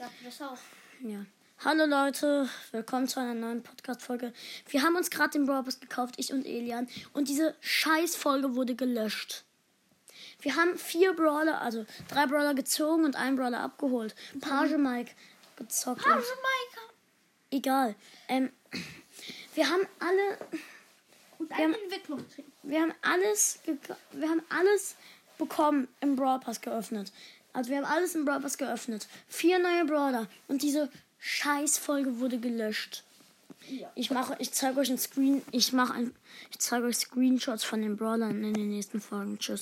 sag das auch. Ja. Hallo Leute, willkommen zu einer neuen Podcast-Folge. Wir haben uns gerade den Brawl Pass gekauft, ich und Elian. Und diese Scheiß-Folge wurde gelöscht. Wir haben 4 Brawler, also 3 Brawler gezogen und einen Brawler abgeholt. Page Mike gezockt. Page Mike! Egal. Wir haben alle... Und eine Entwicklung. Wir haben alles bekommen im Brawl Pass geöffnet. Also wir haben alles im Brawl Pass geöffnet. 4 neue Brawler. Und diese Scheißfolge wurde gelöscht. Ja. Ich zeige euch Screenshots von den Brawlern in den nächsten Folgen. Tschüss.